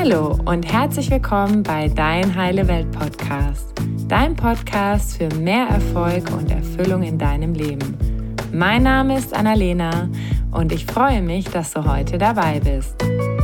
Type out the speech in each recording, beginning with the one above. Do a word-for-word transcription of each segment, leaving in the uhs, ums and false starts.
Hallo und herzlich willkommen bei Dein Heile Welt Podcast, dein Podcast für mehr Erfolg und Erfüllung in deinem Leben. Mein Name ist Annalena und ich freue mich, dass du heute dabei bist.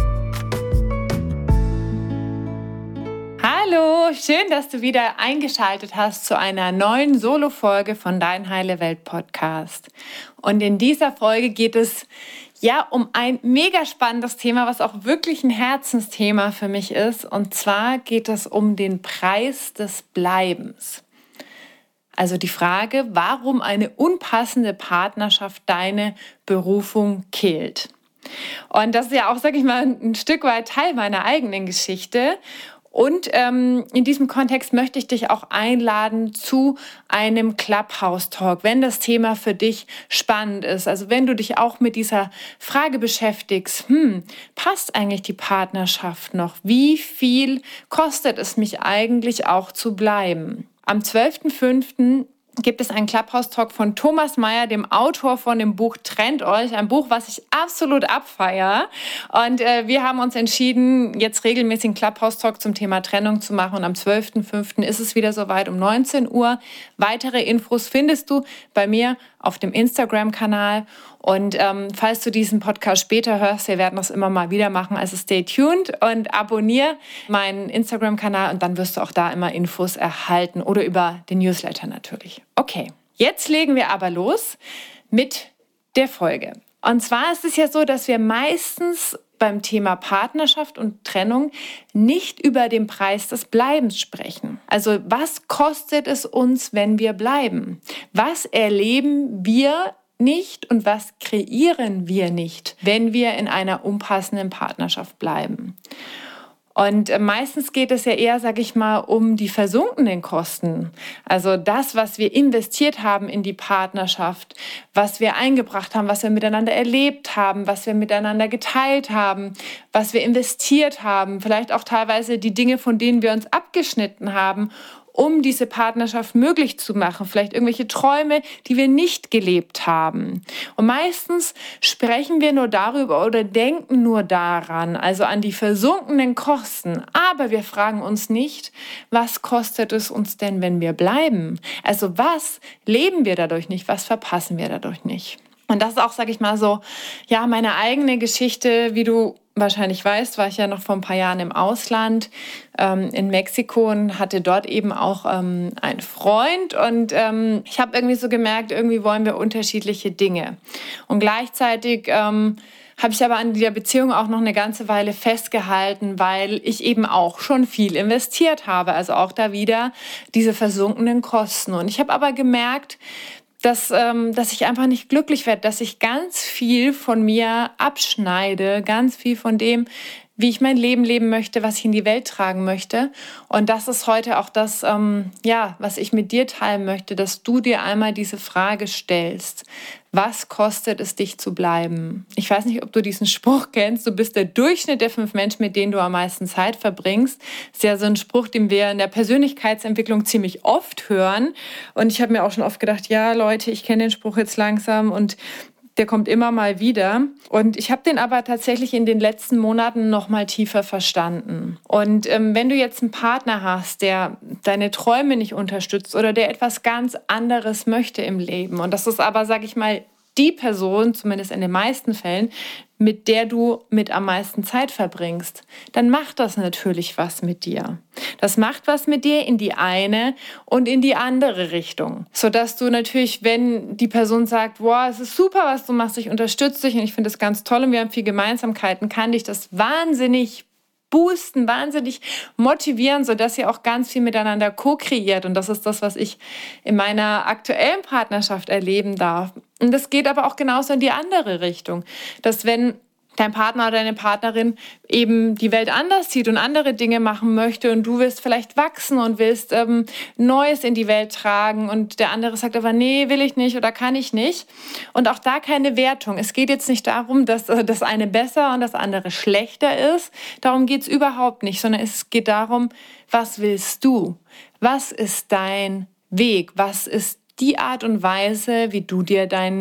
Hallo, schön, dass du wieder eingeschaltet hast zu einer neuen Solo-Folge von Dein Heile Welt Podcast. Und in dieser Folge geht es ja um ein mega spannendes Thema, was auch wirklich ein Herzensthema für mich ist. Und zwar geht es um den Preis des Bleibens. Also die Frage, warum eine unpassende Partnerschaft deine Berufung killt. Und das ist ja auch, sag ich mal, ein Stück weit Teil meiner eigenen Geschichte. Und ähm, in diesem Kontext möchte ich dich auch einladen zu einem Clubhouse-Talk, wenn das Thema für dich spannend ist. Also wenn du dich auch mit dieser Frage beschäftigst, hm, passt eigentlich die Partnerschaft noch? Wie viel kostet es mich eigentlich auch zu bleiben? Am zwölften fünften gibt es einen Clubhouse-Talk von Thomas Meyer, dem Autor von dem Buch Trennt euch, ein Buch, was ich absolut abfeiere. Und äh, wir haben uns entschieden, jetzt regelmäßig einen Clubhouse-Talk zum Thema Trennung zu machen. Und am zwölften fünften ist es wieder soweit um neunzehn Uhr. Weitere Infos findest du bei mir auf dem Instagram-Kanal. Und ähm, falls du diesen Podcast später hörst, wir werden das immer mal wieder machen, also stay tuned und abonniere meinen Instagram-Kanal und dann wirst du auch da immer Infos erhalten oder über den Newsletter natürlich. Okay, jetzt legen wir aber los mit der Folge. Und zwar ist es ja so, dass wir meistens beim Thema Partnerschaft und Trennung nicht über den Preis des Bleibens sprechen. Also was kostet es uns, wenn wir bleiben? Was erleben wir nicht und was kreieren wir nicht, wenn wir in einer unpassenden Partnerschaft bleiben? Und meistens geht es ja eher, sag ich mal, um die versunkenen Kosten. Also das, was wir investiert haben in die Partnerschaft, was wir eingebracht haben, was wir miteinander erlebt haben, was wir miteinander geteilt haben, was wir investiert haben, vielleicht auch teilweise die Dinge, von denen wir uns abgeschnitten haben, um diese Partnerschaft möglich zu machen. Vielleicht irgendwelche Träume, die wir nicht gelebt haben. Und meistens sprechen wir nur darüber oder denken nur daran, also an die versunkenen Kosten. Aber wir fragen uns nicht, was kostet es uns denn, wenn wir bleiben? Also was leben wir dadurch nicht? Was verpassen wir dadurch nicht? Und das ist auch, sag ich mal so, ja, meine eigene Geschichte, wie du wahrscheinlich weißt, war ich ja noch vor ein paar Jahren im Ausland, ähm, in Mexiko und hatte dort eben auch ähm, einen Freund. Und ähm, ich habe irgendwie so gemerkt, irgendwie wollen wir unterschiedliche Dinge. Und gleichzeitig ähm, habe ich aber an dieser Beziehung auch noch eine ganze Weile festgehalten, weil ich eben auch schon viel investiert habe. Also auch da wieder diese versunkenen Kosten. Und ich habe aber gemerkt, Dass, ähm, dass ich einfach nicht glücklich werde, dass ich ganz viel von mir abschneide, ganz viel von dem, wie ich mein Leben leben möchte, was ich in die Welt tragen möchte. Und das ist heute auch das, ähm, ja, was ich mit dir teilen möchte, dass du dir einmal diese Frage stellst. Was kostet es, dich zu bleiben? Ich weiß nicht, ob du diesen Spruch kennst. Du bist der Durchschnitt der fünf Menschen, mit denen du am meisten Zeit verbringst. Das ist ja so ein Spruch, den wir in der Persönlichkeitsentwicklung ziemlich oft hören. Und ich habe mir auch schon oft gedacht, ja Leute, ich kenne den Spruch jetzt langsam und der kommt immer mal wieder. Und ich habe den aber tatsächlich in den letzten Monaten noch mal tiefer verstanden. Und ähm, wenn du jetzt einen Partner hast, der deine Träume nicht unterstützt oder der etwas ganz anderes möchte im Leben, und das ist aber, sag ich mal, die Person, zumindest in den meisten Fällen, mit der du mit am meisten Zeit verbringst, dann macht das natürlich was mit dir. Das macht was mit dir in die eine und in die andere Richtung. Sodass du natürlich, wenn die Person sagt, wow, es ist super, was du machst, ich unterstütze dich und ich finde es ganz toll und wir haben viel Gemeinsamkeiten, kann dich das wahnsinnig boosten, wahnsinnig motivieren, sodass ihr auch ganz viel miteinander co-kreiert. Und das ist das, was ich in meiner aktuellen Partnerschaft erleben darf. Und das geht aber auch genauso in die andere Richtung. Dass wenn dein Partner oder deine Partnerin eben die Welt anders sieht und andere Dinge machen möchte und du willst vielleicht wachsen und willst ähm, Neues in die Welt tragen und der andere sagt aber, nee, will ich nicht oder kann ich nicht. Und auch da keine Wertung. Es geht jetzt nicht darum, dass äh, das eine besser und das andere schlechter ist. Darum geht es überhaupt nicht, sondern es geht darum, was willst du? Was ist dein Weg? Was ist die Art und Weise, wie du dir dein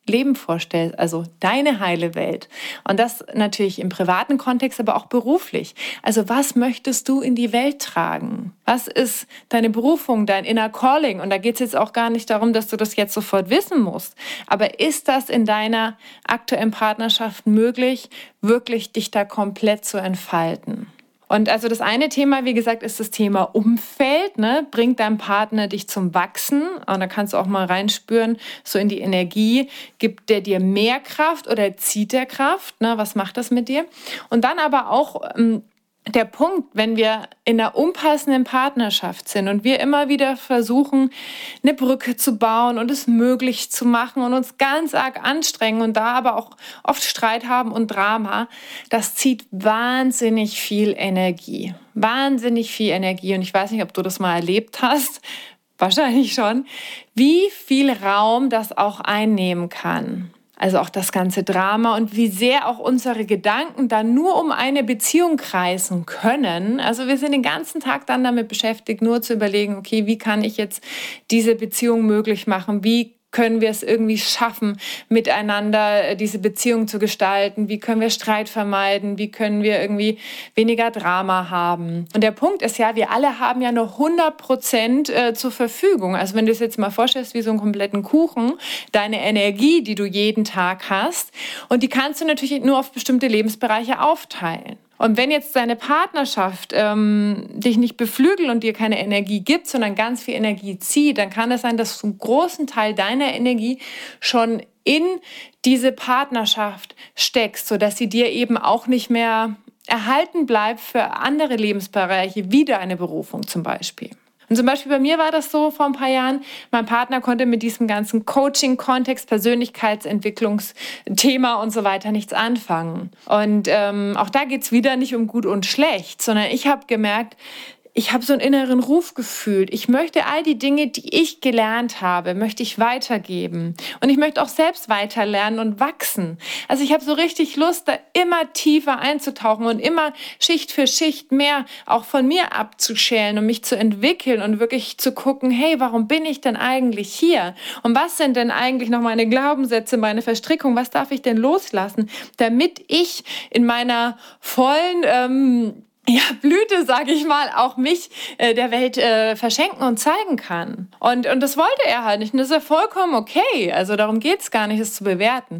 Leben vorstellst, also deine heile Welt. Und das natürlich im privaten Kontext, aber auch beruflich. Also was möchtest du in die Welt tragen? Was ist deine Berufung, dein Inner Calling? Und da geht es jetzt auch gar nicht darum, dass du das jetzt sofort wissen musst. Aber ist das in deiner aktuellen Partnerschaft möglich, wirklich dich da komplett zu entfalten? Und also das eine Thema, wie gesagt, ist das Thema Umfeld. Ne? Bringt dein Partner dich zum Wachsen? Und da kannst du auch mal reinspüren, so in die Energie. Gibt der dir mehr Kraft oder zieht der Kraft? Ne? Was macht das mit dir? Und dann aber auch ähm, der Punkt, wenn wir in einer unpassenden Partnerschaft sind und wir immer wieder versuchen, eine Brücke zu bauen und es möglich zu machen und uns ganz arg anstrengen und da aber auch oft Streit haben und Drama, das zieht wahnsinnig viel Energie. Wahnsinnig viel Energie. Und ich weiß nicht, ob du das mal erlebt hast. Wahrscheinlich schon. Wie viel Raum das auch einnehmen kann. Also auch das ganze Drama und wie sehr auch unsere Gedanken dann nur um eine Beziehung kreisen können. Also wir sind den ganzen Tag dann damit beschäftigt, nur zu überlegen, okay, wie kann ich jetzt diese Beziehung möglich machen? Wie können wir es irgendwie schaffen, miteinander diese Beziehung zu gestalten? Wie können wir Streit vermeiden? Wie können wir irgendwie weniger Drama haben? Und der Punkt ist ja, wir alle haben ja nur hundert Prozent äh, zur Verfügung. Also wenn du es jetzt mal vorstellst, wie so einen kompletten Kuchen, deine Energie, die du jeden Tag hast, und die kannst du natürlich nur auf bestimmte Lebensbereiche aufteilen. Und wenn jetzt deine Partnerschaft ähm, dich nicht beflügelt und dir keine Energie gibt, sondern ganz viel Energie zieht, dann kann es sein, dass du einen großen Teil deiner Energie schon in diese Partnerschaft steckst, sodass sie dir eben auch nicht mehr erhalten bleibt für andere Lebensbereiche, wie deine Berufung zum Beispiel. Und zum Beispiel bei mir war das so vor ein paar Jahren, mein Partner konnte mit diesem ganzen Coaching-Kontext, Persönlichkeitsentwicklungsthema und so weiter nichts anfangen. Und ähm, auch da geht es wieder nicht um gut und schlecht, sondern ich habe gemerkt, ich habe so einen inneren Ruf gefühlt. Ich möchte all die Dinge, die ich gelernt habe, möchte ich weitergeben. Und ich möchte auch selbst weiterlernen und wachsen. Also ich habe so richtig Lust, da immer tiefer einzutauchen und immer Schicht für Schicht mehr auch von mir abzuschälen und mich zu entwickeln und wirklich zu gucken, hey, warum bin ich denn eigentlich hier? Und was sind denn eigentlich noch meine Glaubenssätze, meine Verstrickungen? Was darf ich denn loslassen, damit ich in meiner vollen ähm, ja, Blüte, sage ich mal, auch mich äh, der Welt äh, verschenken und zeigen kann. Und, und das wollte er halt nicht. Und das ist ja vollkommen okay. Also darum geht's gar nicht, es zu bewerten.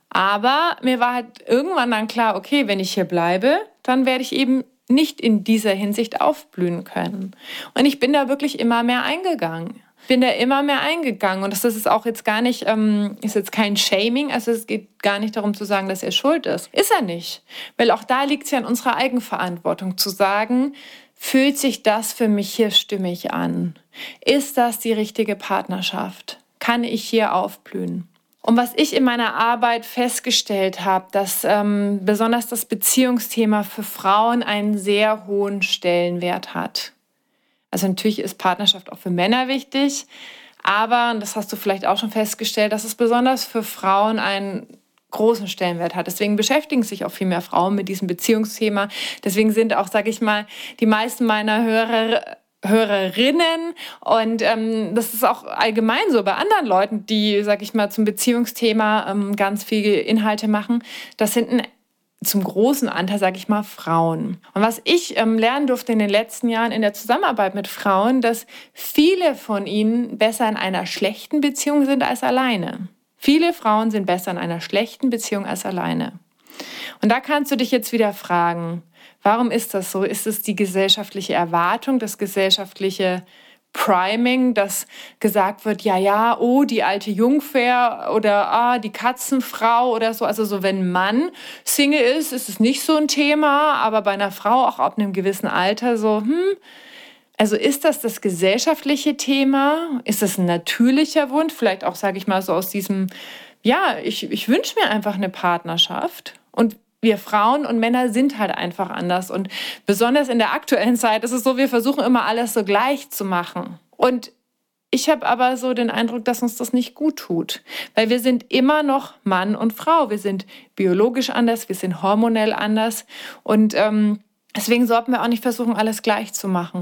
Aber mir war halt irgendwann dann klar, okay, wenn ich hier bleibe, dann werde ich eben nicht in dieser Hinsicht aufblühen können. Und ich bin da wirklich immer mehr eingegangen. bin da immer mehr eingegangen. Und das ist auch jetzt gar nicht, ähm, ist jetzt kein Shaming, also es geht gar nicht darum zu sagen, dass er schuld ist. Ist er nicht. Weil auch da liegt es ja in unserer Eigenverantwortung zu sagen, fühlt sich das für mich hier stimmig an? Ist das die richtige Partnerschaft? Kann ich hier aufblühen? Und was ich in meiner Arbeit festgestellt habe, dass ähm, besonders das Beziehungsthema für Frauen einen sehr hohen Stellenwert hat. Also natürlich ist Partnerschaft auch für Männer wichtig, aber, und das hast du vielleicht auch schon festgestellt, dass es besonders für Frauen einen großen Stellenwert hat. Deswegen beschäftigen sich auch viel mehr Frauen mit diesem Beziehungsthema. Deswegen sind auch, sage ich mal, die meisten meiner Hörer Hörerinnen und ähm, das ist auch allgemein so bei anderen Leuten, die, sag ich mal, zum Beziehungsthema ähm, ganz viele Inhalte machen. Das sind ein, zum großen Anteil, sag ich mal, Frauen. Und was ich ähm, lernen durfte in den letzten Jahren in der Zusammenarbeit mit Frauen, dass viele von ihnen besser in einer schlechten Beziehung sind als alleine. Viele Frauen sind besser in einer schlechten Beziehung als alleine. Und da kannst du dich jetzt wieder fragen, warum ist das so? Ist es die gesellschaftliche Erwartung, das gesellschaftliche Priming, dass gesagt wird, ja, ja, oh, die alte Jungfer oder ah, die Katzenfrau oder so. Also so, wenn ein Mann Single ist, ist es nicht so ein Thema, aber bei einer Frau auch ab einem gewissen Alter so, hm, also ist das das gesellschaftliche Thema? Ist das ein natürlicher Wunsch? Vielleicht auch, sage ich mal, so aus diesem, ja, ich, ich wünsche mir einfach eine Partnerschaft. Und wir Frauen und Männer sind halt einfach anders. Und besonders in der aktuellen Zeit ist es so, wir versuchen immer alles so gleich zu machen. Und ich habe aber so den Eindruck, dass uns das nicht gut tut. Weil wir sind immer noch Mann und Frau. Wir sind biologisch anders, wir sind hormonell anders. Und ähm, deswegen sollten wir auch nicht versuchen, alles gleich zu machen.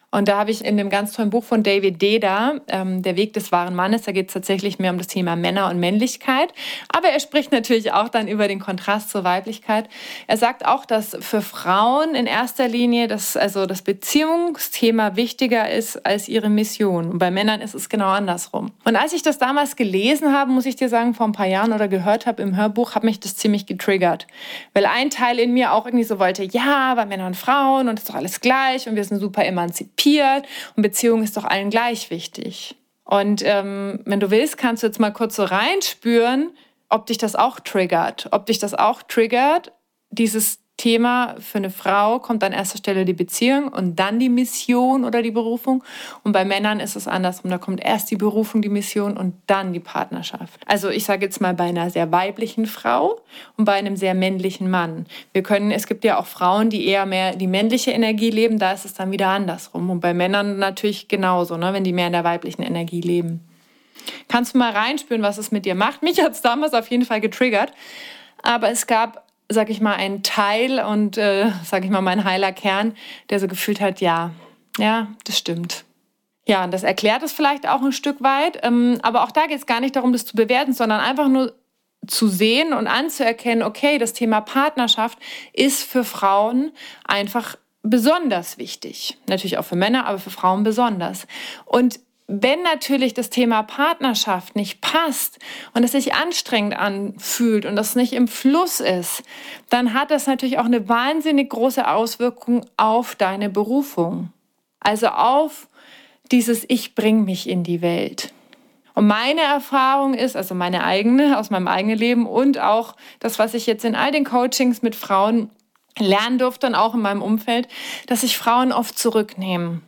Und da habe ich in dem ganz tollen Buch von David Deida, ähm, Der Weg des wahren Mannes, da geht es tatsächlich mehr um das Thema Männer und Männlichkeit. Aber er spricht natürlich auch dann über den Kontrast zur Weiblichkeit. Er sagt auch, dass für Frauen in erster Linie das, also das Beziehungsthema wichtiger ist als ihre Mission. Und bei Männern ist es genau andersrum. Und als ich das damals gelesen habe, muss ich dir sagen, vor ein paar Jahren oder gehört habe im Hörbuch, hat mich das ziemlich getriggert. Weil ein Teil in mir auch irgendwie so wollte, ja, bei Männern und Frauen und es ist doch alles gleich und wir sind super emanzipiert. Und Beziehung ist doch allen gleich wichtig. Und ähm, wenn du willst, kannst du jetzt mal kurz so reinspüren, ob dich das auch triggert. Ob dich das auch triggert, dieses Thema für eine Frau kommt an erster Stelle die Beziehung und dann die Mission oder die Berufung. Und bei Männern ist es andersrum. Da kommt erst die Berufung, die Mission und dann die Partnerschaft. Also ich sage jetzt mal bei einer sehr weiblichen Frau und bei einem sehr männlichen Mann. Wir können, es gibt ja auch Frauen, die eher mehr die männliche Energie leben, da ist es dann wieder andersrum. Und bei Männern natürlich genauso, ne, wenn die mehr in der weiblichen Energie leben. Kannst du mal reinspüren, was es mit dir macht? Mich hat es damals auf jeden Fall getriggert. Aber es gab, sag ich mal, einen Teil und, äh, sag ich mal, mein heiler Kern, der so gefühlt hat, ja, ja, das stimmt. Ja, und das erklärt es vielleicht auch ein Stück weit. Ähm, aber auch da geht es gar nicht darum, das zu bewerten, sondern einfach nur zu sehen und anzuerkennen, okay, das Thema Partnerschaft ist für Frauen einfach besonders wichtig. Natürlich auch für Männer, aber für Frauen besonders. Und wenn natürlich das Thema Partnerschaft nicht passt und es sich anstrengend anfühlt und das nicht im Fluss ist, dann hat das natürlich auch eine wahnsinnig große Auswirkung auf deine Berufung. Also auf dieses Ich bring mich in die Welt. Und meine Erfahrung ist, also meine eigene, aus meinem eigenen Leben und auch das, was ich jetzt in all den Coachings mit Frauen lernen durfte und auch in meinem Umfeld, dass sich Frauen oft zurücknehmen.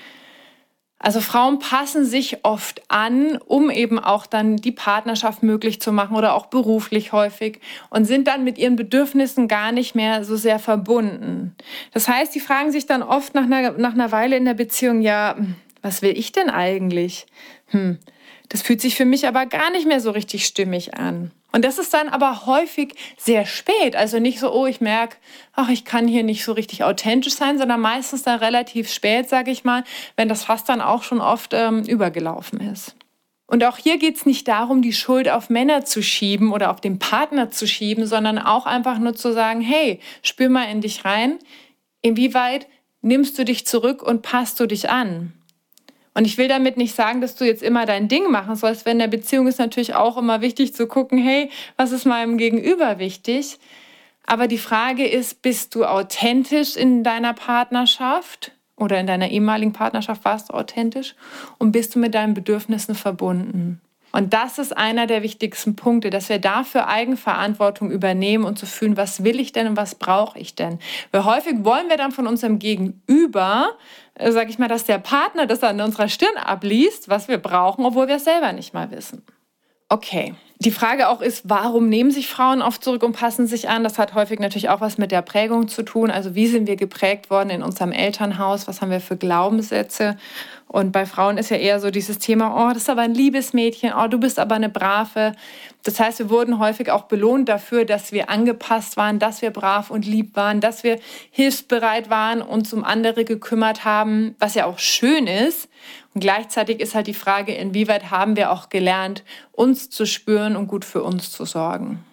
Also Frauen passen sich oft an, um eben auch dann die Partnerschaft möglich zu machen oder auch beruflich häufig und sind dann mit ihren Bedürfnissen gar nicht mehr so sehr verbunden. Das heißt, die fragen sich dann oft nach einer, nach einer Weile in der Beziehung, ja, was will ich denn eigentlich? Hm, das fühlt sich für mich aber gar nicht mehr so richtig stimmig an. Und das ist dann aber häufig sehr spät. Also nicht so, oh, ich merke, ach, ich kann hier nicht so richtig authentisch sein, sondern meistens dann relativ spät, sage ich mal, wenn das Fass dann auch schon oft ähm, übergelaufen ist. Und auch hier geht es nicht darum, die Schuld auf Männer zu schieben oder auf den Partner zu schieben, sondern auch einfach nur zu sagen, hey, spür mal in dich rein, inwieweit nimmst du dich zurück und passt du dich an? Und ich will damit nicht sagen, dass du jetzt immer dein Ding machen sollst, weil in der Beziehung ist natürlich auch immer wichtig zu gucken, hey, was ist meinem Gegenüber wichtig? Aber die Frage ist, bist du authentisch in deiner Partnerschaft oder in deiner ehemaligen Partnerschaft warst du authentisch und bist du mit deinen Bedürfnissen verbunden? Und das ist einer der wichtigsten Punkte, dass wir dafür Eigenverantwortung übernehmen und zu fühlen, was will ich denn und was brauche ich denn? Weil häufig wollen wir dann von unserem Gegenüber, äh, sage ich mal, dass der Partner das an unserer Stirn abliest, was wir brauchen, obwohl wir es selber nicht mal wissen. Okay, die Frage auch ist, warum nehmen sich Frauen oft zurück und passen sich an? Das hat häufig natürlich auch was mit der Prägung zu tun. Also wie sind wir geprägt worden in unserem Elternhaus? Was haben wir für Glaubenssätze? Und bei Frauen ist ja eher so dieses Thema, oh, das ist aber ein liebes Mädchen, oh, du bist aber eine Brave. Das heißt, wir wurden häufig auch belohnt dafür, dass wir angepasst waren, dass wir brav und lieb waren, dass wir hilfsbereit waren, uns um andere gekümmert haben, was ja auch schön ist. Und gleichzeitig ist halt die Frage, inwieweit haben wir auch gelernt, uns zu spüren und gut für uns zu sorgen.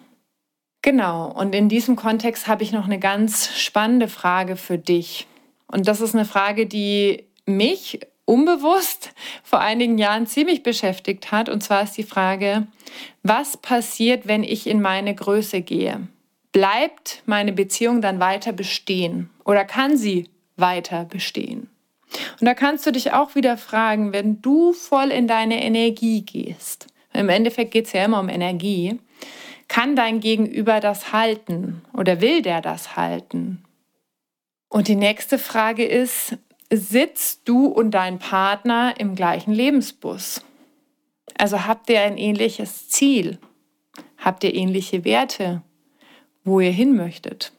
Genau, und in diesem Kontext habe ich noch eine ganz spannende Frage für dich. Und das ist eine Frage, die mich unbewusst vor einigen Jahren ziemlich beschäftigt hat. Und zwar ist die Frage, was passiert, wenn ich in meine Größe gehe? Bleibt meine Beziehung dann weiter bestehen oder kann sie weiter bestehen? Und da kannst du dich auch wieder fragen, wenn du voll in deine Energie gehst, im Endeffekt geht es ja immer um Energie, kann dein Gegenüber das halten oder will der das halten? Und die nächste Frage ist, sitzt du und dein Partner im gleichen Lebensbus? Also habt ihr ein ähnliches Ziel? Habt ihr ähnliche Werte, wo ihr hin möchtet?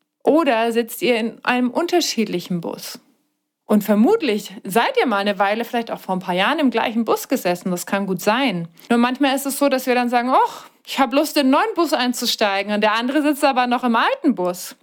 Oder sitzt ihr in einem unterschiedlichen Bus? Und vermutlich seid ihr mal eine Weile, vielleicht auch vor ein paar Jahren, im gleichen Bus gesessen. Das kann gut sein. Nur manchmal ist es so, dass wir dann sagen, ach, ich habe Lust, in einen neuen Bus einzusteigen. Und der andere sitzt aber noch im alten Bus.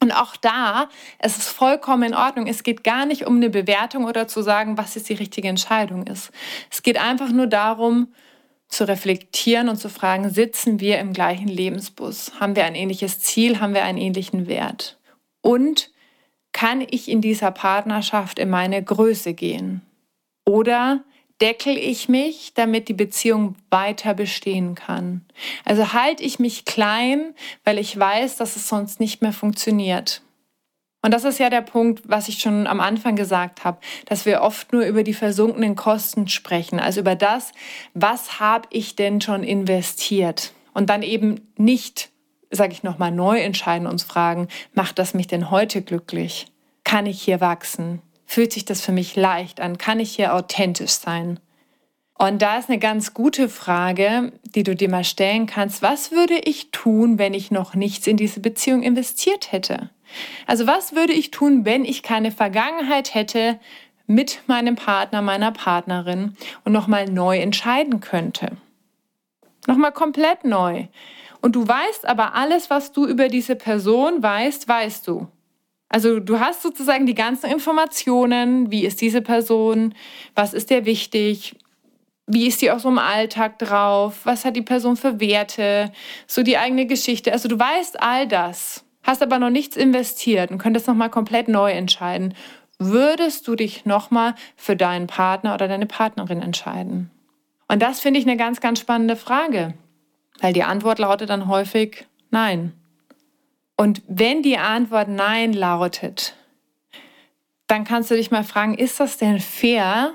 Und auch da, es ist vollkommen in Ordnung. Es geht gar nicht um eine Bewertung oder zu sagen, was jetzt die richtige Entscheidung ist. Es geht einfach nur darum, zu reflektieren und zu fragen, sitzen wir im gleichen Lebensbus? Haben wir ein ähnliches Ziel? Haben wir einen ähnlichen Wert? Und kann ich in dieser Partnerschaft in meine Größe gehen? Oder deckel ich mich, damit die Beziehung weiter bestehen kann? Also halte ich mich klein, weil ich weiß, dass es sonst nicht mehr funktioniert. Und das ist ja der Punkt, was ich schon am Anfang gesagt habe, dass wir oft nur über die versunkenen Kosten sprechen, also über das, was habe ich denn schon investiert? Und dann eben nicht, sage ich nochmal, neu entscheiden, uns fragen, macht das mich denn heute glücklich? Kann ich hier wachsen? Fühlt sich das für mich leicht an? Kann ich hier authentisch sein? Und da ist eine ganz gute Frage, die du dir mal stellen kannst. Was würde ich tun, wenn ich noch nichts in diese Beziehung investiert hätte? Also was würde ich tun, wenn ich keine Vergangenheit hätte mit meinem Partner, meiner Partnerin und nochmal neu entscheiden könnte? Nochmal komplett neu. Und du weißt aber alles, was du über diese Person weißt, weißt du. Also du hast sozusagen die ganzen Informationen, wie ist diese Person, was ist dir wichtig, wie ist die auch so im Alltag drauf, was hat die Person für Werte, so die eigene Geschichte. Also du weißt all das, hast aber noch nichts investiert und könntest nochmal komplett neu entscheiden. Würdest du dich nochmal für deinen Partner oder deine Partnerin entscheiden? Und das finde ich eine ganz, ganz spannende Frage, weil die Antwort lautet dann häufig nein. Und wenn die Antwort nein lautet, dann kannst du dich mal fragen, ist das denn fair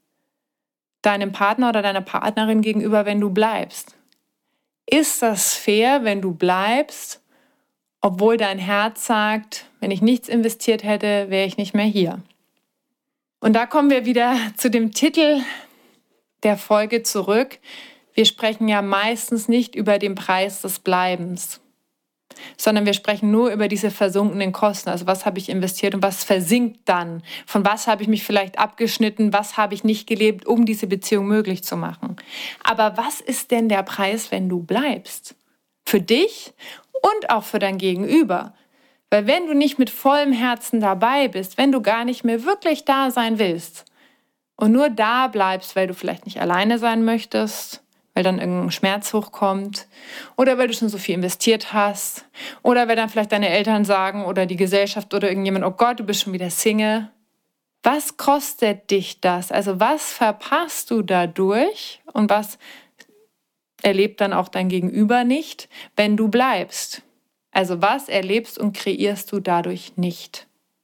deinem Partner oder deiner Partnerin gegenüber, wenn du bleibst? Ist das fair, wenn du bleibst, obwohl dein Herz sagt, wenn ich nichts investiert hätte, wäre ich nicht mehr hier? Und da kommen wir wieder zu dem Titel der Folge zurück. Wir sprechen ja meistens nicht über den Preis des Bleibens, sondern wir sprechen nur über diese versunkenen Kosten. Also was habe ich investiert und was versinkt dann? Von was habe ich mich vielleicht abgeschnitten? Was habe ich nicht gelebt, um diese Beziehung möglich zu machen? Aber was ist denn der Preis, wenn du bleibst? Für dich und auch für dein Gegenüber. Weil wenn du nicht mit vollem Herzen dabei bist, wenn du gar nicht mehr wirklich da sein willst und nur da bleibst, weil du vielleicht nicht alleine sein möchtest, weil dann irgendein Schmerz hochkommt oder weil du schon so viel investiert hast oder weil dann vielleicht deine Eltern sagen oder die Gesellschaft oder irgendjemand, oh Gott, du bist schon wieder Single. Was kostet dich das? Also was verpasst du dadurch und was erlebt dann auch dein Gegenüber nicht, wenn du bleibst? Also was erlebst und kreierst du dadurch nicht?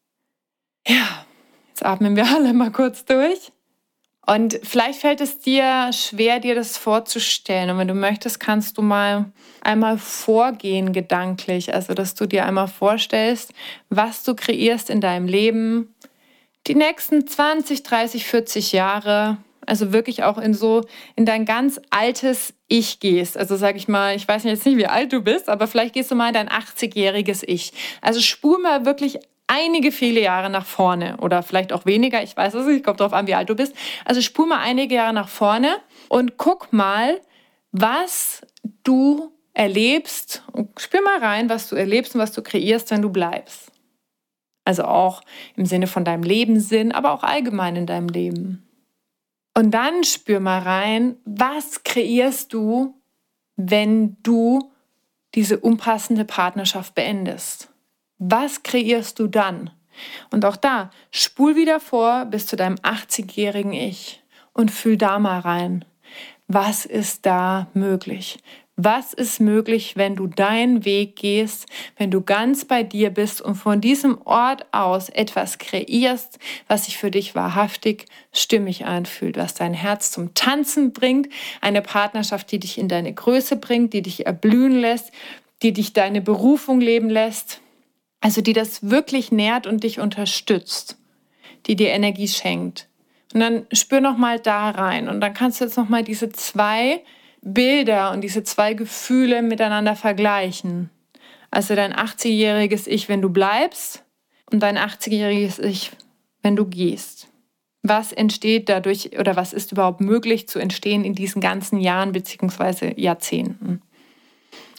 Ja, jetzt atmen wir alle mal kurz durch. Und vielleicht fällt es dir schwer, dir das vorzustellen. Und wenn du möchtest, kannst du mal einmal vorgehen gedanklich. Also, dass du dir einmal vorstellst, was du kreierst in deinem Leben die nächsten zwanzig, dreißig, vierzig Jahre. Also wirklich auch in so, in dein ganz altes Ich gehst. Also sag ich mal, ich weiß jetzt nicht, wie alt du bist, aber vielleicht gehst du mal in dein achtzigjähriges Ich. Also spur mal wirklich einige viele Jahre nach vorne oder vielleicht auch weniger, ich weiß es nicht, kommt darauf an, wie alt du bist. Also spur mal einige Jahre nach vorne und guck mal, was du erlebst und spür mal rein, was du erlebst und was du kreierst, wenn du bleibst. Also auch im Sinne von deinem Lebenssinn, aber auch allgemein in deinem Leben. Und dann spür mal rein, was kreierst du, wenn du diese unpassende Partnerschaft beendest? Was kreierst du dann? Und auch da, spul wieder vor bis zu deinem achtzigjährigen Ich und fühl da mal rein. Was ist da möglich? Was ist möglich, wenn du deinen Weg gehst, wenn du ganz bei dir bist und von diesem Ort aus etwas kreierst, was sich für dich wahrhaftig stimmig anfühlt, was dein Herz zum Tanzen bringt, eine Partnerschaft, die dich in deine Größe bringt, die dich erblühen lässt, die dich deine Berufung leben lässt, also die das wirklich nährt und dich unterstützt, die dir Energie schenkt. Und dann spür noch mal da rein und dann kannst du jetzt noch mal diese zwei Bilder und diese zwei Gefühle miteinander vergleichen. Also dein achtzigjähriges Ich, wenn du bleibst und dein achtzigjähriges Ich, wenn du gehst. Was entsteht dadurch oder was ist überhaupt möglich zu entstehen in diesen ganzen Jahren bzw. Jahrzehnten?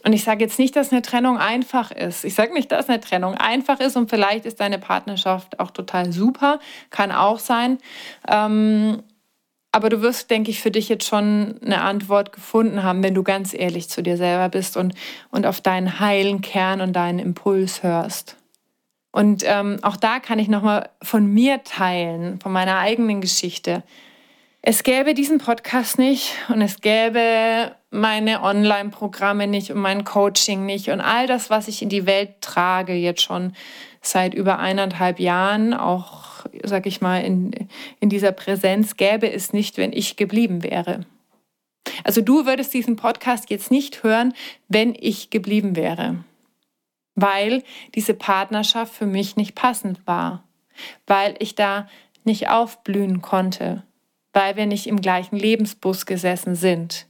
Und ich sage jetzt nicht, dass eine Trennung einfach ist. Ich sage nicht, dass eine Trennung einfach ist und vielleicht ist deine Partnerschaft auch total super. Kann auch sein. Ähm, aber du wirst, denke ich, für dich jetzt schon eine Antwort gefunden haben, wenn du ganz ehrlich zu dir selber bist und, und auf deinen heilen Kern und deinen Impuls hörst. Und ähm, auch da kann ich nochmal von mir teilen, von meiner eigenen Geschichte. Es gäbe diesen Podcast nicht und es gäbe meine Online-Programme nicht und mein Coaching nicht und all das, was ich in die Welt trage, jetzt schon seit über eineinhalb Jahren, auch, sag ich mal, in, in dieser Präsenz, gäbe es nicht, wenn ich geblieben wäre. Also du würdest diesen Podcast jetzt nicht hören, wenn ich geblieben wäre, weil diese Partnerschaft für mich nicht passend war, weil ich da nicht aufblühen konnte, weil wir nicht im gleichen Lebensbus gesessen sind.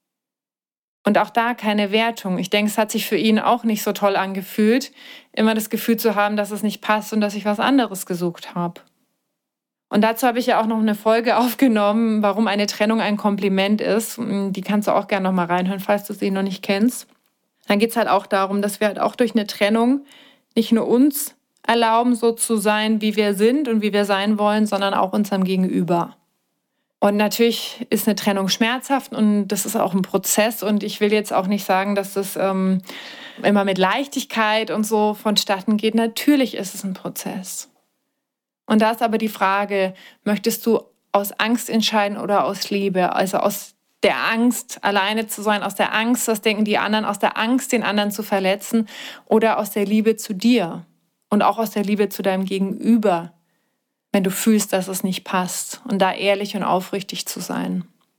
Und auch da keine Wertung. Ich denke, es hat sich für ihn auch nicht so toll angefühlt, immer das Gefühl zu haben, dass es nicht passt und dass ich was anderes gesucht habe. Und dazu habe ich ja auch noch eine Folge aufgenommen, warum eine Trennung ein Kompliment ist. Die kannst du auch gerne noch mal reinhören, falls du sie noch nicht kennst. Dann geht es halt auch darum, dass wir halt auch durch eine Trennung nicht nur uns erlauben, so zu sein, wie wir sind und wie wir sein wollen, sondern auch unserem Gegenüber. Und natürlich ist eine Trennung schmerzhaft und das ist auch ein Prozess. Und ich will jetzt auch nicht sagen, dass das ähm, immer mit Leichtigkeit und so vonstatten geht. Natürlich ist es ein Prozess. Und da ist aber die Frage, möchtest du aus Angst entscheiden oder aus Liebe? Also aus der Angst, alleine zu sein, aus der Angst, was denken die anderen, aus der Angst, den anderen zu verletzen oder aus der Liebe zu dir und auch aus der Liebe zu deinem Gegenüber, wenn du fühlst, dass es nicht passt und da ehrlich und aufrichtig zu sein.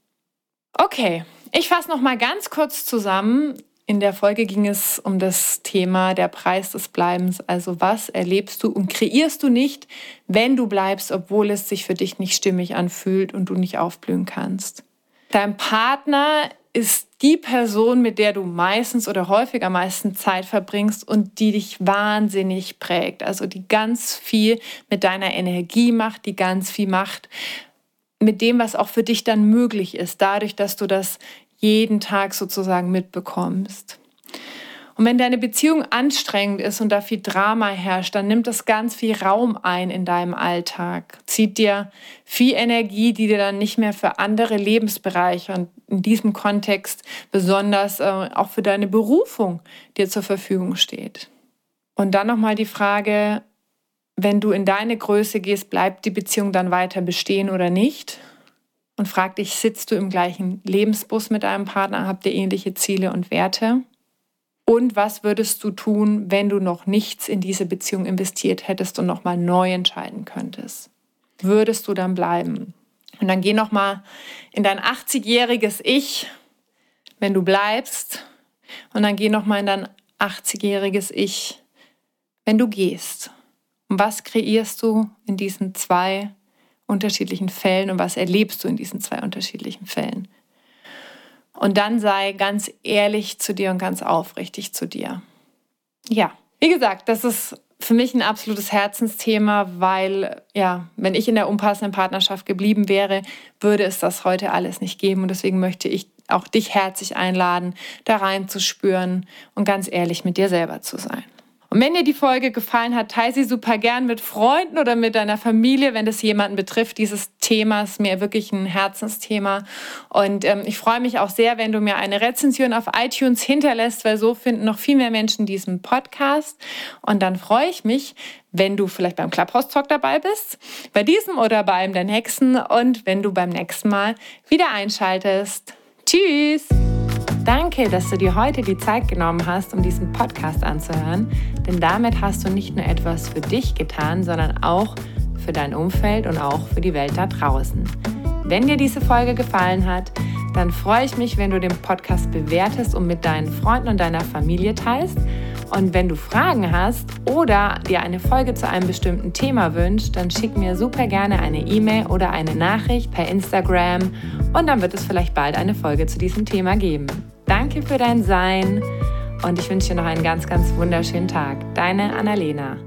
Okay, ich fasse noch mal ganz kurz zusammen. In der Folge ging es um das Thema der Preis des Bleibens. Also was erlebst du und kreierst du nicht, wenn du bleibst, obwohl es sich für dich nicht stimmig anfühlt und du nicht aufblühen kannst. Dein Partner ist die Person, mit der du meistens oder häufig am meisten Zeit verbringst und die dich wahnsinnig prägt. Also die ganz viel mit deiner Energie macht, die ganz viel macht mit dem, was auch für dich dann möglich ist, dadurch, dass du das jeden Tag sozusagen mitbekommst. Und wenn deine Beziehung anstrengend ist und da viel Drama herrscht, dann nimmt das ganz viel Raum ein in deinem Alltag, zieht dir viel Energie, die dir dann nicht mehr für andere Lebensbereiche und in diesem Kontext besonders äh, auch für deine Berufung dir zur Verfügung steht. Und dann nochmal die Frage, wenn du in deine Größe gehst, bleibt die Beziehung dann weiter bestehen oder nicht? Und frag dich, sitzt du im gleichen Lebensbus mit deinem Partner? Habt ihr ähnliche Ziele und Werte? Und was würdest du tun, wenn du noch nichts in diese Beziehung investiert hättest und nochmal neu entscheiden könntest? Würdest du dann bleiben? Und dann geh nochmal in dein achtzigjähriges Ich, wenn du bleibst. Und dann geh nochmal in dein achtzigjähriges Ich, wenn du gehst. Und was kreierst du in diesen zwei unterschiedlichen Fällen und was erlebst du in diesen zwei unterschiedlichen Fällen? Und dann sei ganz ehrlich zu dir und ganz aufrichtig zu dir. Ja, wie gesagt, das ist für mich ein absolutes Herzensthema, weil, ja, wenn ich in der unpassenden Partnerschaft geblieben wäre, würde es das heute alles nicht geben. Und deswegen möchte ich auch dich herzlich einladen, da reinzuspüren und ganz ehrlich mit dir selber zu sein. Und wenn dir die Folge gefallen hat, teile sie super gern mit Freunden oder mit deiner Familie, wenn das jemanden betrifft. Dieses Thema ist mir wirklich ein Herzensthema. Und ähm, ich freue mich auch sehr, wenn du mir eine Rezension auf iTunes hinterlässt, weil so finden noch viel mehr Menschen diesen Podcast. Und dann freue ich mich, wenn du vielleicht beim Clubhouse Talk dabei bist, bei diesem oder bei einem der nächsten und wenn du beim nächsten Mal wieder einschaltest. Tschüss! Danke, dass du dir heute die Zeit genommen hast, um diesen Podcast anzuhören, denn damit hast du nicht nur etwas für dich getan, sondern auch für dein Umfeld und auch für die Welt da draußen. Wenn dir diese Folge gefallen hat, dann freue ich mich, wenn du den Podcast bewertest und mit deinen Freunden und deiner Familie teilst. Und wenn du Fragen hast oder dir eine Folge zu einem bestimmten Thema wünschst, dann schick mir super gerne eine E-Mail oder eine Nachricht per Instagram und dann wird es vielleicht bald eine Folge zu diesem Thema geben. Danke für dein Sein und ich wünsche dir noch einen ganz, ganz wunderschönen Tag. Deine Annalena.